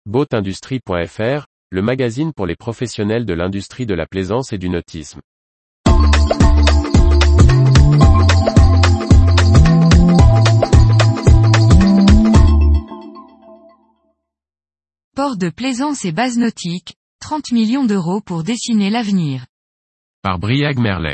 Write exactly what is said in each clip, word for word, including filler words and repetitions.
boatindustrie point f r, le magazine pour les professionnels de l'industrie de la plaisance et du nautisme. Port de plaisance et base nautique, trente millions d'euros pour dessiner l'avenir. Par Briag Merlet.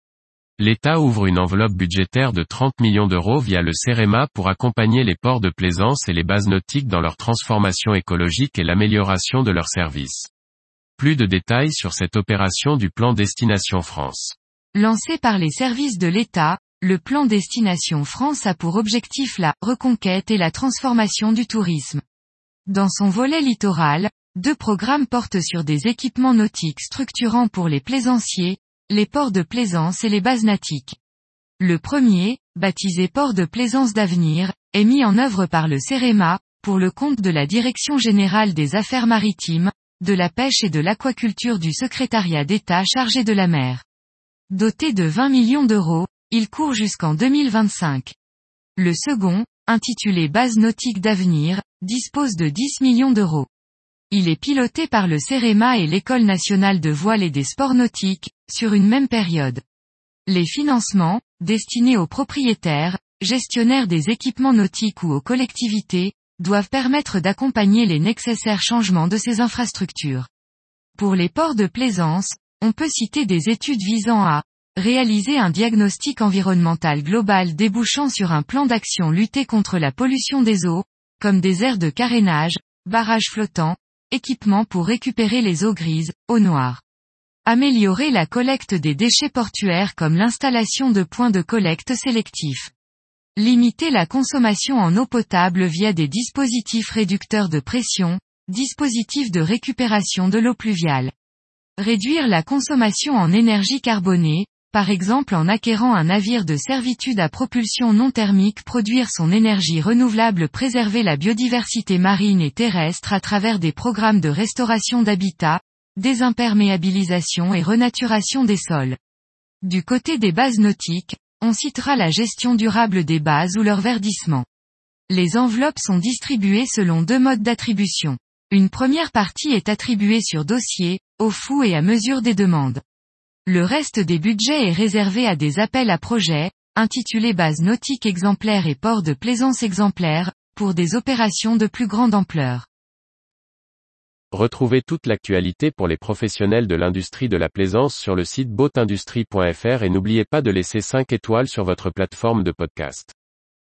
L'État ouvre une enveloppe budgétaire de trente millions d'euros via le CEREMA pour accompagner les ports de plaisance et les bases nautiques dans leur transformation écologique et l'amélioration de leurs services. Plus de détails sur cette opération du plan Destination France. Lancé par les services de l'État, le plan Destination France a pour objectif la reconquête et la transformation du tourisme. Dans son volet littoral, deux programmes portent sur des équipements nautiques structurants pour les plaisanciers, les ports de plaisance et les bases nautiques. Le premier, baptisé Port de plaisance d'avenir, est mis en œuvre par le CEREMA, pour le compte de la Direction générale des affaires maritimes, de la pêche et de l'aquaculture du secrétariat d'État chargé de la mer. Doté de vingt millions d'euros, il court jusqu'en deux mille vingt-cinq. Le second, intitulé Base nautique d'avenir, dispose de dix millions d'euros. Il est piloté par le CEREMA et l'École nationale de voile et des sports nautiques, sur une même période. Les financements, destinés aux propriétaires, gestionnaires des équipements nautiques ou aux collectivités, doivent permettre d'accompagner les nécessaires changements de ces infrastructures. Pour les ports de plaisance, on peut citer des études visant à réaliser un diagnostic environnemental global débouchant sur un plan d'action lutter contre la pollution des eaux, comme des aires de carénage, barrages flottants, équipements pour récupérer les eaux grises, eaux noires. Améliorer la collecte des déchets portuaires comme l'installation de points de collecte sélectifs. Limiter la consommation en eau potable via des dispositifs réducteurs de pression, dispositifs de récupération de l'eau pluviale. Réduire la consommation en énergie carbonée, par exemple en acquérant un navire de servitude à propulsion non thermique, produire son énergie renouvelable, préserver la biodiversité marine et terrestre à travers des programmes de restauration d'habitat, désimperméabilisation et renaturation des sols. Du côté des bases nautiques, on citera la gestion durable des bases ou leur verdissement. Les enveloppes sont distribuées selon deux modes d'attribution. Une première partie est attribuée sur dossier, au fou et à mesure des demandes. Le reste des budgets est réservé à des appels à projets, intitulés bases nautiques exemplaires et ports de plaisance exemplaires, pour des opérations de plus grande ampleur. Retrouvez toute l'actualité pour les professionnels de l'industrie de la plaisance sur le site boatindustrie point f r et n'oubliez pas de laisser cinq étoiles sur votre plateforme de podcast.